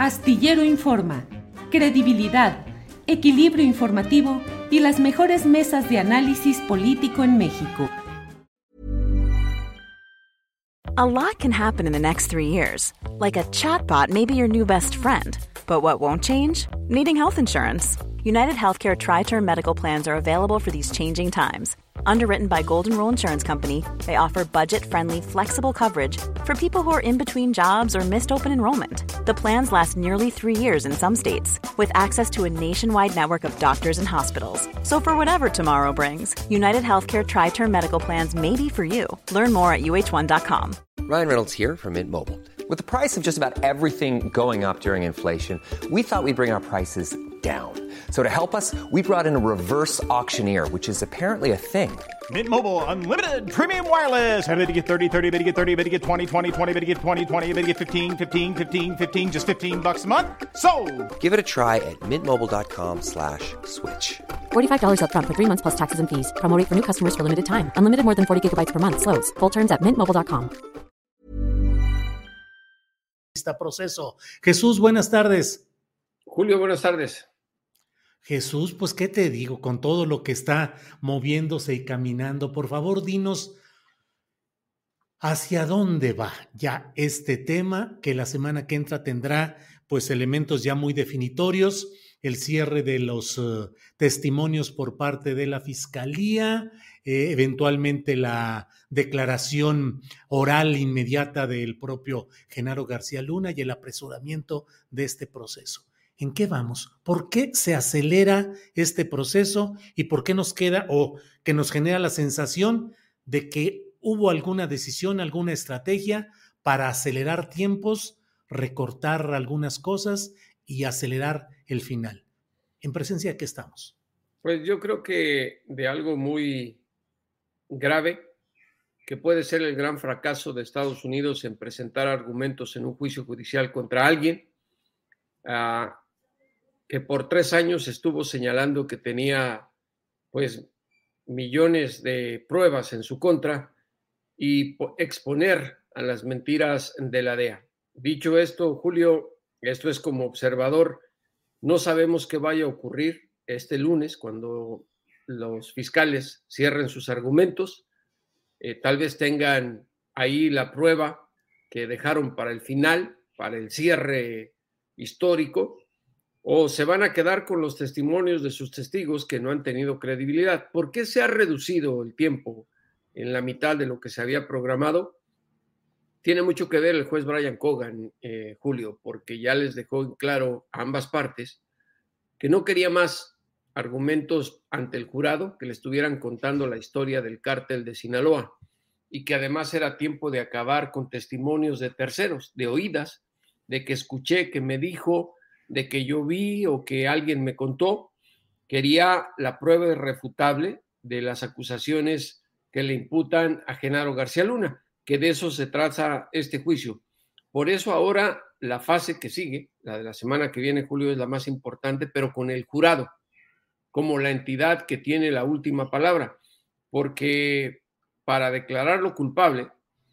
Astillero Informa, credibilidad, equilibrio informativo y las mejores mesas de análisis político en México. A lot can happen in the next 3 years. Like a chatbot may be your new best friend. But what won't change? Needing health insurance. United Healthcare Tri-Term Medical Plans are available for these changing times. Underwritten by Golden Rule Insurance Company, they offer budget-friendly, flexible coverage for people who are in between jobs or missed open enrollment. The plans last nearly 3 years in some states, with access to a nationwide network of doctors and hospitals. So for whatever tomorrow brings, United Healthcare Tri-Term Medical Plans may be for you. Learn more at uh1.com. Ryan Reynolds here from Mint Mobile. With the price of just about everything going up during inflation, we thought we'd bring our prices down. So to help us, we brought in a reverse auctioneer, which is apparently a thing. Mint Mobile Unlimited Premium Wireless. How to get 30, 30, bit to get 30, bit to get 20, 20, 20, bit to get 20, 20, bit to get 15, 15, 15, 15, just $15 a month? Sold! Give it a try at mintmobile.com/switch. $45 up front for 3 months plus taxes and fees. Promo rate for new customers for limited time. Unlimited more than 40 gigabytes per month. Slows full terms at mintmobile.com. Proceso. Jesús, buenas tardes. Julio, buenas tardes. Jesús, pues, ¿qué te digo? Con todo lo que está moviéndose y caminando, por favor, dinos hacia dónde va ya este tema, que la semana que entra tendrá, pues, elementos ya muy definitorios, el cierre de los testimonios por parte de la Fiscalía, eventualmente la declaración oral inmediata del propio Genaro García Luna y el apresuramiento de este proceso. ¿En qué vamos? ¿Por qué se acelera este proceso y por qué nos queda o que nos genera la sensación de que hubo alguna decisión, alguna estrategia para acelerar tiempos, recortar algunas cosas y acelerar el final? ¿En presencia de qué estamos? Pues yo creo que de algo muy grave, que puede ser el gran fracaso de Estados Unidos en presentar argumentos en un juicio judicial contra alguien que por 3 años estuvo señalando que tenía pues millones de pruebas en su contra y exponer a las mentiras de la DEA. Dicho esto, Julio, esto es como observador, no sabemos qué vaya a ocurrir este lunes cuando los fiscales cierren sus argumentos. Tal vez tengan ahí la prueba que dejaron para el final, para el cierre histórico, o se van a quedar con los testimonios de sus testigos que no han tenido credibilidad. ¿Por qué se ha reducido el tiempo en la mitad de lo que se había programado? Tiene mucho que ver el juez Brian Cogan, Julio, porque ya les dejó en claro a ambas partes que no quería más argumentos ante el jurado que le estuvieran contando la historia del cártel de Sinaloa y que además era tiempo de acabar con testimonios de terceros, de oídas, de que escuché, que me dijo, de que yo vi o que alguien me contó. Quería la prueba irrefutable de las acusaciones que le imputan a Genaro García Luna, que de eso se trata este juicio. Por eso ahora la fase que sigue, la de la semana que viene, Julio, es la más importante, pero con el jurado, como la entidad que tiene la última palabra, porque para declararlo culpable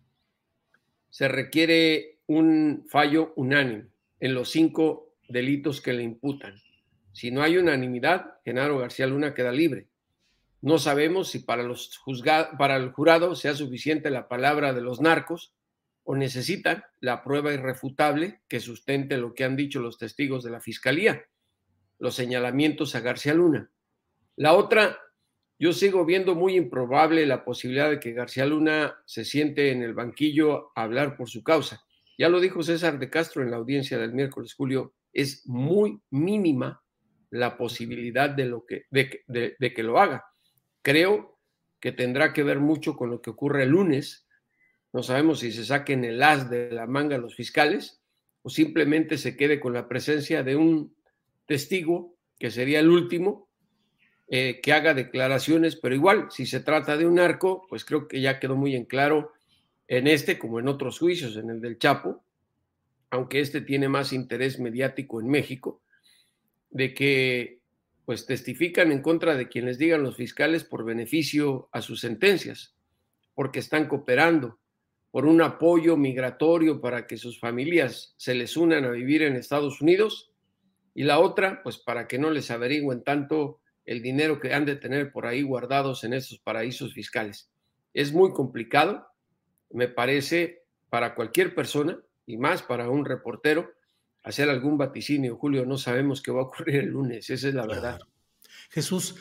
se requiere un fallo unánime en los 5 delitos que le imputan. Si no hay unanimidad, Genaro García Luna queda libre. No sabemos si para el jurado sea suficiente la palabra de los narcos o necesitan la prueba irrefutable que sustente lo que han dicho los testigos de la Fiscalía, los señalamientos a García Luna. La otra, yo sigo viendo muy improbable la posibilidad de que García Luna se siente en el banquillo a hablar por su causa. Ya lo dijo César de Castro en la audiencia del miércoles, Julio, es muy mínima la posibilidad de que lo haga. Creo que tendrá que ver mucho con lo que ocurre el lunes. No sabemos si se saquen el as de la manga los fiscales o simplemente se quede con la presencia de un testigo, que sería el último, que haga declaraciones, pero igual, si se trata de un narco, pues creo que ya quedó muy en claro en este como en otros juicios, en el del Chapo, aunque este tiene más interés mediático en México, de que pues testifican en contra de quienes digan los fiscales por beneficio a sus sentencias, porque están cooperando, por un apoyo migratorio para que sus familias se les unan a vivir en Estados Unidos, y la otra, pues para que no les averigüen tanto el dinero que han de tener por ahí guardados en estos paraísos fiscales. Es muy complicado, me parece, para cualquier persona, y más para un reportero, hacer algún vaticinio. Julio, no sabemos qué va a ocurrir el lunes, esa es la verdad. Jesús,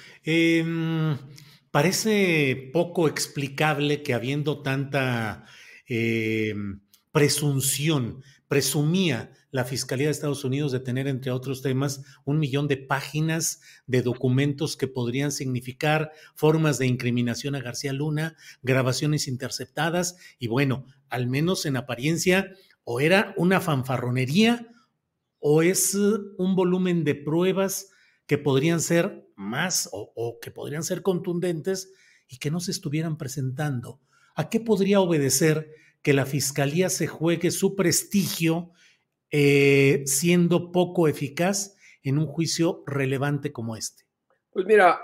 parece poco explicable que habiendo tanta presumía la Fiscalía de Estados Unidos de tener, entre otros temas, 1 millón de páginas de documentos que podrían significar formas de incriminación a García Luna, grabaciones interceptadas, y bueno, al menos en apariencia, o era una fanfarronería o es un volumen de pruebas que podrían ser más o que podrían ser contundentes y que no se estuvieran presentando. ¿A qué podría obedecer que la Fiscalía se juegue su prestigio siendo poco eficaz en un juicio relevante como este? Pues mira,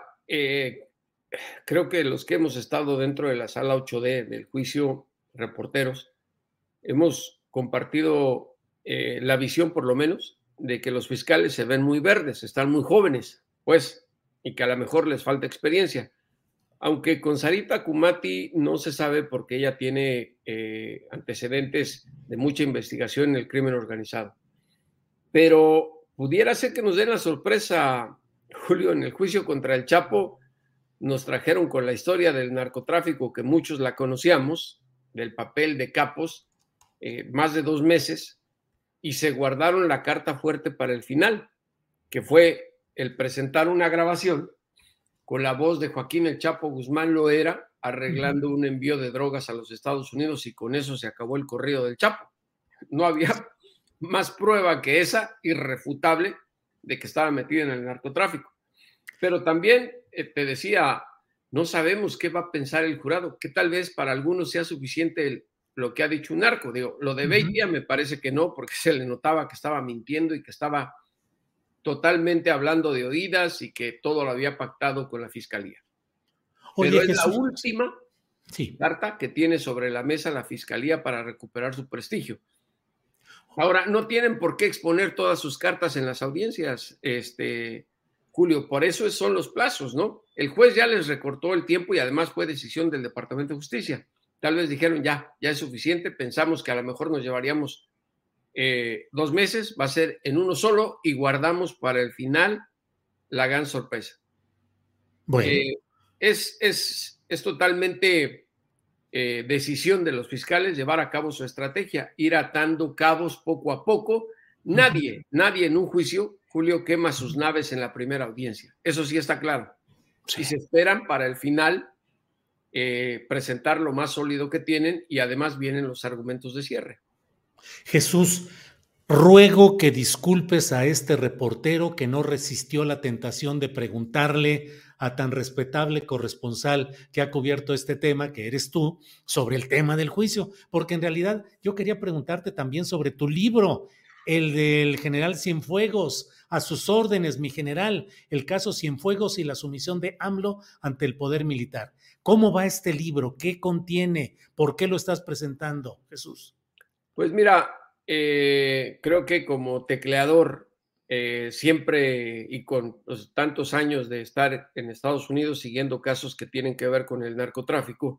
creo que los que hemos estado dentro de la sala 8D del juicio, reporteros, hemos compartido la visión, por lo menos, de que los fiscales se ven muy verdes, están muy jóvenes, pues, y que a lo mejor les falta experiencia. Aunque con Sarita Kumati no se sabe porque ella tiene antecedentes de mucha investigación en el crimen organizado. Pero pudiera ser que nos den la sorpresa, Julio, en el juicio contra el Chapo nos trajeron con la historia del narcotráfico, que muchos la conocíamos, del papel de capos, más de 2 meses, y se guardaron la carta fuerte para el final, que fue el presentar una grabación con la voz de Joaquín El Chapo Guzmán Loera arreglando un envío de drogas a los Estados Unidos, y con eso se acabó el corrido del Chapo. No había más prueba que esa, irrefutable, de que estaba metido en el narcotráfico. Pero también te decía, no sabemos qué va a pensar el jurado, que tal vez para algunos sea suficiente lo que ha dicho un narco. Digo, lo de Beitia me parece que no, porque se le notaba que estaba mintiendo y que estaba totalmente hablando de oídas y que todo lo había pactado con la fiscalía. Oye, pero es Jesús, la última carta que tiene sobre la mesa la fiscalía para recuperar su prestigio. Ahora, no tienen por qué exponer todas sus cartas en las audiencias, Julio, por eso son los plazos, ¿no? El juez ya les recortó el tiempo y además fue decisión del Departamento de Justicia. Tal vez dijeron ya es suficiente, pensamos que a lo mejor nos llevaríamos 2 meses, va a ser en uno solo y guardamos para el final la gran sorpresa. Bueno. Es totalmente decisión de los fiscales llevar a cabo su estrategia, ir atando cabos poco a poco. Nadie en un juicio, Julio, quema sus naves en la primera audiencia. Eso sí está claro. Sí. Y se esperan para el final presentar lo más sólido que tienen, y además vienen los argumentos de cierre. Jesús, ruego que disculpes a este reportero que no resistió la tentación de preguntarle a tan respetable corresponsal que ha cubierto este tema, que eres tú, sobre el tema del juicio, porque en realidad yo quería preguntarte también sobre tu libro, el del general Cienfuegos, a sus órdenes, mi general, el caso Cienfuegos y la sumisión de AMLO ante el poder militar. ¿Cómo va este libro? ¿Qué contiene? ¿Por qué lo estás presentando, Jesús? Pues mira, creo que como tecleador, siempre y con tantos años de estar en Estados Unidos siguiendo casos que tienen que ver con el narcotráfico,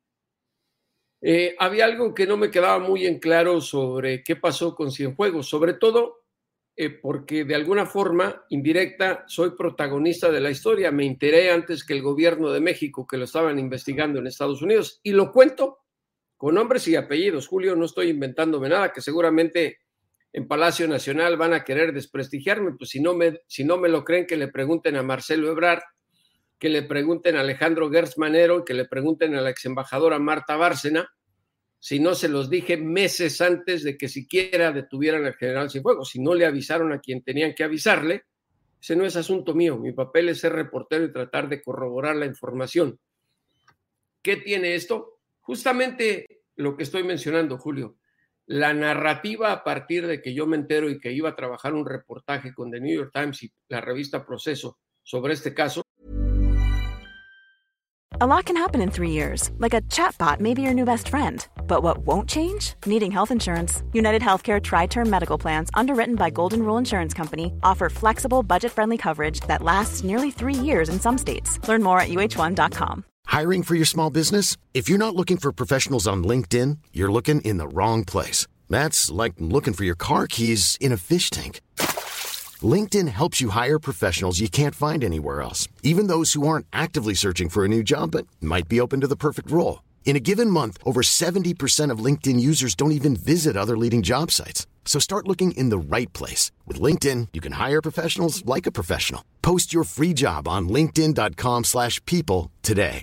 había algo que no me quedaba muy en claro sobre qué pasó con Cienfuegos, sobre todo porque de alguna forma indirecta soy protagonista de la historia. Me enteré antes que el gobierno de México que lo estaban investigando en Estados Unidos, y lo cuento con nombres y apellidos, Julio, no estoy inventándome nada, que seguramente en Palacio Nacional van a querer desprestigiarme. Pues si no me lo creen, que le pregunten a Marcelo Ebrard, que le pregunten a Alejandro Gertz Manero, que le pregunten a la exembajadora Marta Bárcena, si no se los dije meses antes de que siquiera detuvieran al general Cienfuegos. Si no le avisaron a quien tenían que avisarle, ese no es asunto mío. Mi papel es ser reportero y tratar de corroborar la información. ¿Qué tiene esto? Justamente lo que estoy mencionando, Julio. La narrativa a partir de que yo me entero y que iba a trabajar un reportaje con The New York Times y la revista Proceso sobre este caso. A lot can happen in 3 years, like a chatbot may be your new best friend. But what won't change? Needing health insurance. United Healthcare Tri-Term Medical Plans, underwritten by Golden Rule Insurance Company, offer flexible, budget-friendly coverage that lasts nearly 3 years in some states. Learn more at uh1.com. Hiring for your small business? If you're not looking for professionals on LinkedIn, you're looking in the wrong place. That's like looking for your car keys in a fish tank. LinkedIn helps you hire professionals you can't find anywhere else, even those who aren't actively searching for a new job but might be open to the perfect role. In a given month, over 70% of LinkedIn users don't even visit other leading job sites. So start looking in the right place. With LinkedIn, you can hire professionals like a professional. Post your free job on linkedin.com/people today.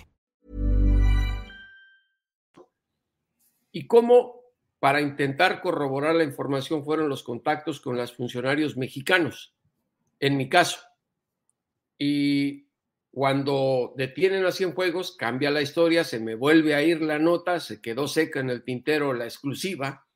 Y cómo, para intentar corroborar la información, fueron los contactos con los funcionarios mexicanos, en mi caso. Y cuando detienen a Cienfuegos, cambia la historia, se me vuelve a ir la nota, se quedó seca en el tintero la exclusiva.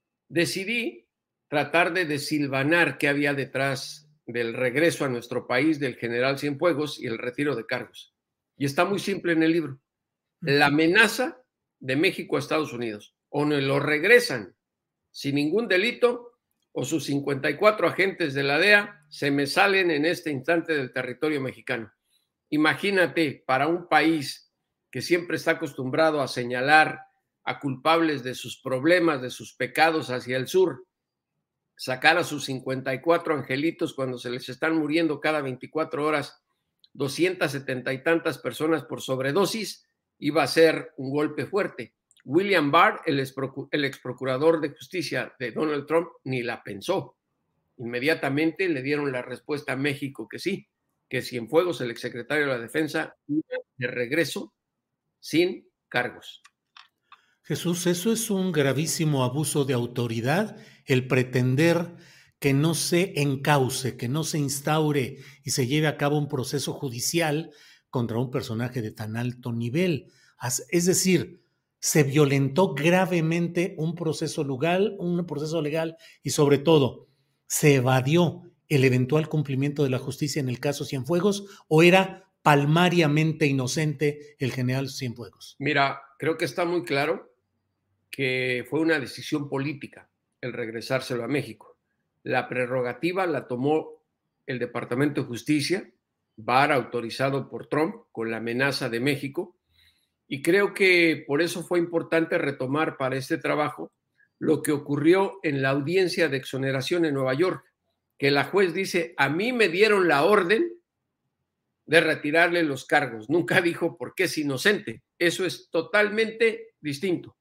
Decidí tratar de desilvanar qué había detrás del regreso a nuestro país del general Cienfuegos y el retiro de cargos. Y está muy simple en el libro. La amenaza de México a Estados Unidos. O no lo regresan sin ningún delito, o sus 54 agentes de la DEA se me salen en este instante del territorio mexicano. Imagínate, para un país que siempre está acostumbrado a señalar a culpables de sus problemas, de sus pecados hacia el sur, sacar a sus 54 angelitos cuando se les están muriendo cada 24 horas 270 y tantas personas por sobredosis, iba a ser un golpe fuerte. William Barr, el ex procurador de justicia de Donald Trump, ni la pensó. Inmediatamente le dieron la respuesta a México que sí, que Cienfuegos, el exsecretario de la Defensa, iba de regreso sin cargos. Jesús, eso es un gravísimo abuso de autoridad, el pretender que no se encauce, que no se instaure y se lleve a cabo un proceso judicial contra un personaje de tan alto nivel. Es decir, se violentó gravemente un proceso legal y sobre todo se evadió el eventual cumplimiento de la justicia en el caso Cienfuegos, o era palmariamente inocente el general Cienfuegos. Mira, creo que está muy claro que fue una decisión política el regresárselo a México. La prerrogativa la tomó el Departamento de Justicia, Barr, autorizado por Trump, con la amenaza de México. Y creo que por eso fue importante retomar para este trabajo lo que ocurrió en la audiencia de exoneración en Nueva York, que la juez dice, a mí me dieron la orden de retirarle los cargos. Nunca dijo por qué es inocente. Eso es totalmente distinto.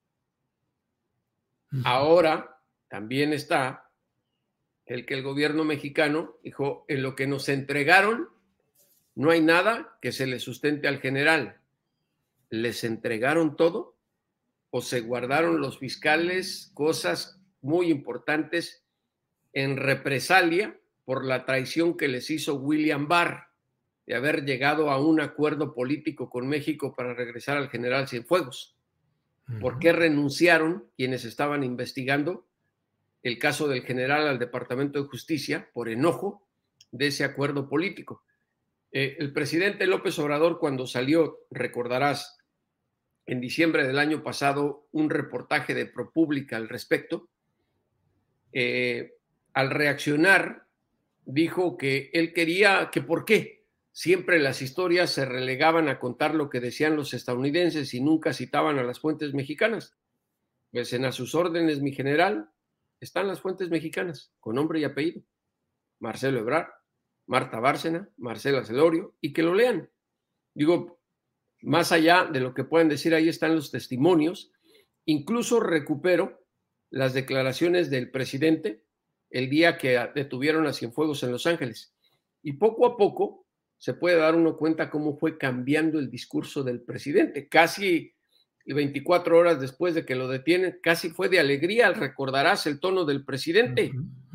Ahora también está el que el gobierno mexicano dijo, en lo que nos entregaron no hay nada que se le sustente al general. ¿Les entregaron todo o se guardaron los fiscales cosas muy importantes en represalia por la traición que les hizo William Barr de haber llegado a un acuerdo político con México para regresar al general Cienfuegos? ¿Por qué renunciaron quienes estaban investigando el caso del general al Departamento de Justicia por enojo de ese acuerdo político? El presidente López Obrador, cuando salió, recordarás, en diciembre del año pasado, un reportaje de ProPublica al respecto, al reaccionar, dijo que él quería que por qué siempre las historias se relegaban a contar lo que decían los estadounidenses y nunca citaban a las fuentes mexicanas. Pues en A sus órdenes, mi general, están las fuentes mexicanas, con nombre y apellido. Marcelo Ebrard, Marta Bárcena, Marcela Celorio, y que lo lean. Digo, más allá de lo que pueden decir, ahí están los testimonios. Incluso recupero las declaraciones del presidente el día que detuvieron a Cienfuegos en Los Ángeles. Y poco a poco se puede dar uno cuenta cómo fue cambiando el discurso del presidente. Casi 24 horas después de que lo detienen, casi fue de alegría, recordarás el tono del presidente.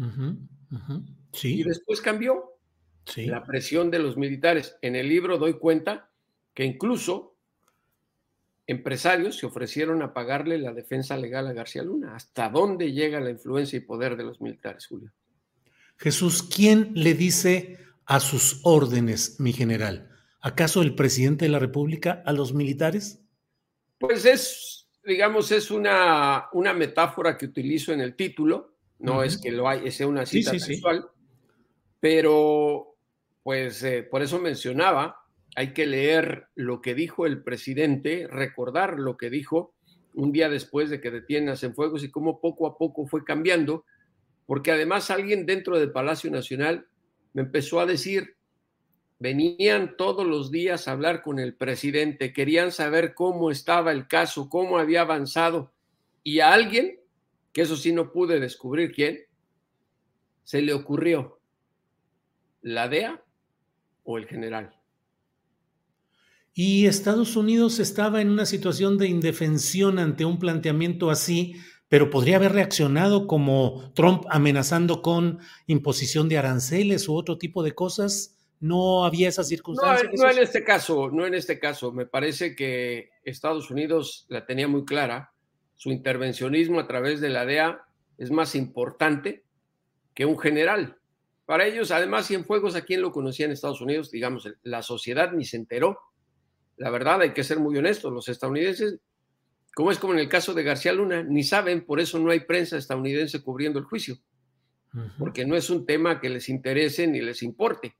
Sí. Y después cambió. Sí. La presión de los militares. En el libro doy cuenta que incluso empresarios se ofrecieron a pagarle la defensa legal a García Luna. ¿Hasta dónde llega la influencia y poder de los militares, Julio? Jesús, ¿quién le dice a sus órdenes, mi general? ¿Acaso el presidente de la República a los militares? Pues es una metáfora que utilizo en el título, no es que sea una cita textual, pero pues por eso mencionaba, hay que leer lo que dijo el presidente, recordar lo que dijo un día después de que detienen a Cienfuegos y cómo poco a poco fue cambiando, porque además alguien dentro del Palacio Nacional me empezó a decir, venían todos los días a hablar con el presidente, querían saber cómo estaba el caso, cómo había avanzado, y a alguien, que eso sí no pude descubrir quién, se le ocurrió la DEA o el general. Y Estados Unidos estaba en una situación de indefensión ante un planteamiento así, pero podría haber reaccionado como Trump amenazando con imposición de aranceles u otro tipo de cosas. ¿No había esas circunstancias? No en este caso. Me parece que Estados Unidos la tenía muy clara. Su intervencionismo a través de la DEA es más importante que un general. Para ellos, además, Cienfuegos, ¿a quién lo conocía en Estados Unidos? Digamos, la sociedad ni se enteró. La verdad, hay que ser muy honestos. Los estadounidenses, como en el caso de García Luna, ni saben, por eso no hay prensa estadounidense cubriendo el juicio. Porque no es un tema que les interese ni les importe.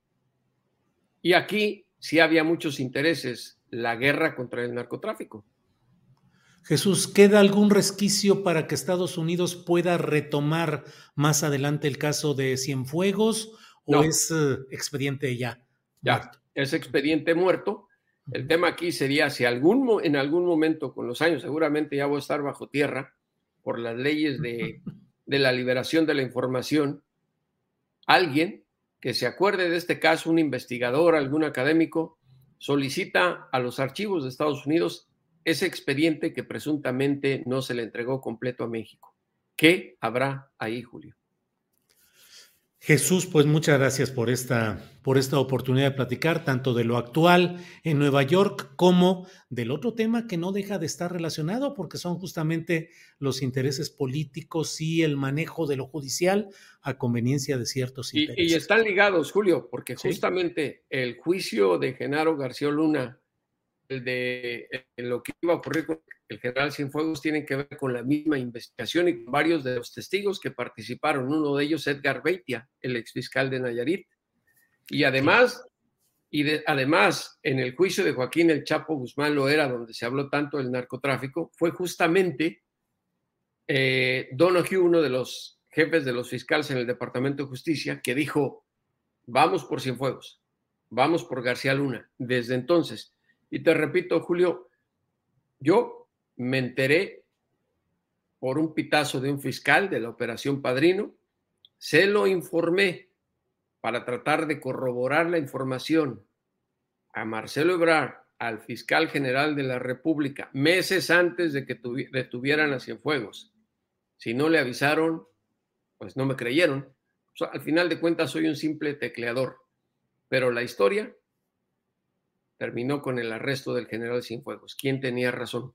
Y aquí sí había muchos intereses, la guerra contra el narcotráfico. Jesús, ¿queda algún resquicio para que Estados Unidos pueda retomar más adelante el caso de Cienfuegos o es expediente ya? Ya, es expediente muerto. El tema aquí sería si en algún momento con los años, seguramente ya voy a estar bajo tierra por las leyes de la liberación de la información, alguien que se acuerde de este caso, un investigador, algún académico, solicita a los archivos de Estados Unidos ese expediente que presuntamente no se le entregó completo a México. ¿Qué habrá ahí, Julio? Jesús, pues muchas gracias por esta oportunidad de platicar tanto de lo actual en Nueva York como del otro tema que no deja de estar relacionado porque son justamente los intereses políticos y el manejo de lo judicial a conveniencia de ciertos intereses. Y están ligados, Julio, porque justamente el juicio de Genaro García Luna, el de lo que iba a ocurrir con el general Cienfuegos, tienen que ver con la misma investigación y con varios de los testigos que participaron. Uno de ellos, Edgar Beitia, el exfiscal de Nayarit. Y además, en el juicio de Joaquín El Chapo Guzmán Loera, donde se habló tanto del narcotráfico, fue justamente Donoghue, uno de los jefes de los fiscales en el Departamento de Justicia, que dijo, vamos por Cienfuegos, vamos por García Luna. Desde entonces, y te repito, Julio, yo me enteré por un pitazo de un fiscal de la Operación Padrino, se lo informé para tratar de corroborar la información a Marcelo Ebrard, al fiscal general de la República, meses antes de que detuvieran a Cienfuegos. Si no le avisaron, pues no me creyeron. O sea, al final de cuentas soy un simple tecleador, pero la historia terminó con el arresto del general Cienfuegos. ¿Quién tenía razón?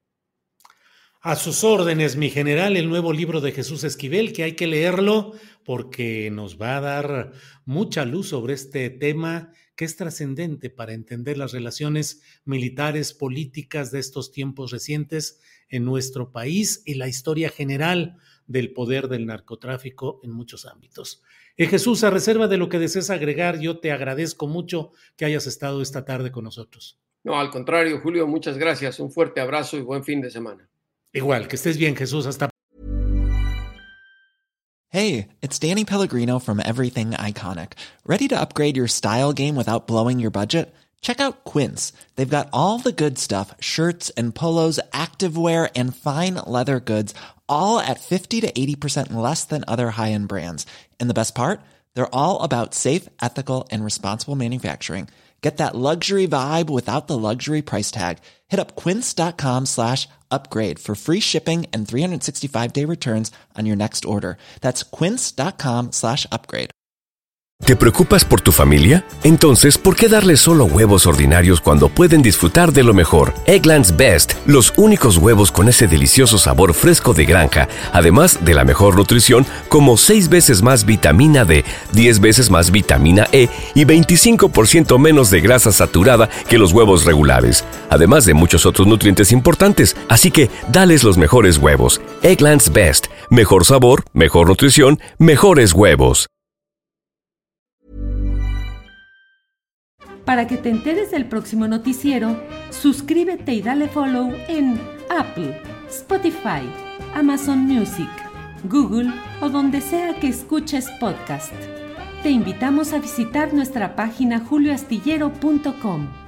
A sus órdenes, mi general, el nuevo libro de Jesús Esquivel, que hay que leerlo porque nos va a dar mucha luz sobre este tema que es trascendente para entender las relaciones militares, políticas de estos tiempos recientes en nuestro país y la historia general del poder del narcotráfico en muchos ámbitos. Jesús, a reserva de lo que desees agregar, yo te agradezco mucho que hayas estado esta tarde con nosotros. No, al contrario, Julio, muchas gracias. Un fuerte abrazo y buen fin de semana. Igual, que estés bien, Jesús. Hasta. Hey, it's Danny Pellegrino from Everything Iconic. Ready to upgrade your style game without blowing your budget? Check out Quince. They've got all the good stuff, shirts and polos, activewear, and fine leather goods, all at 50 to 80% less than other high-end brands. And the best part? They're all about safe, ethical, and responsible manufacturing. Get that luxury vibe without the luxury price tag. Hit up quince.com/upgrade for free shipping and 365-day returns on your next order. That's quince.com/upgrade. ¿Te preocupas por tu familia? Entonces, ¿por qué darles solo huevos ordinarios cuando pueden disfrutar de lo mejor? Eggland's Best, los únicos huevos con ese delicioso sabor fresco de granja, además de la mejor nutrición, como 6 veces más vitamina D, 10 veces más vitamina E y 25% menos de grasa saturada que los huevos regulares, además de muchos otros nutrientes importantes. Así que, dales los mejores huevos. Eggland's Best, mejor sabor, mejor nutrición, mejores huevos. Para que te enteres del próximo noticiero, suscríbete y dale follow en Apple, Spotify, Amazon Music, Google o donde sea que escuches podcast. Te invitamos a visitar nuestra página julioastillero.com.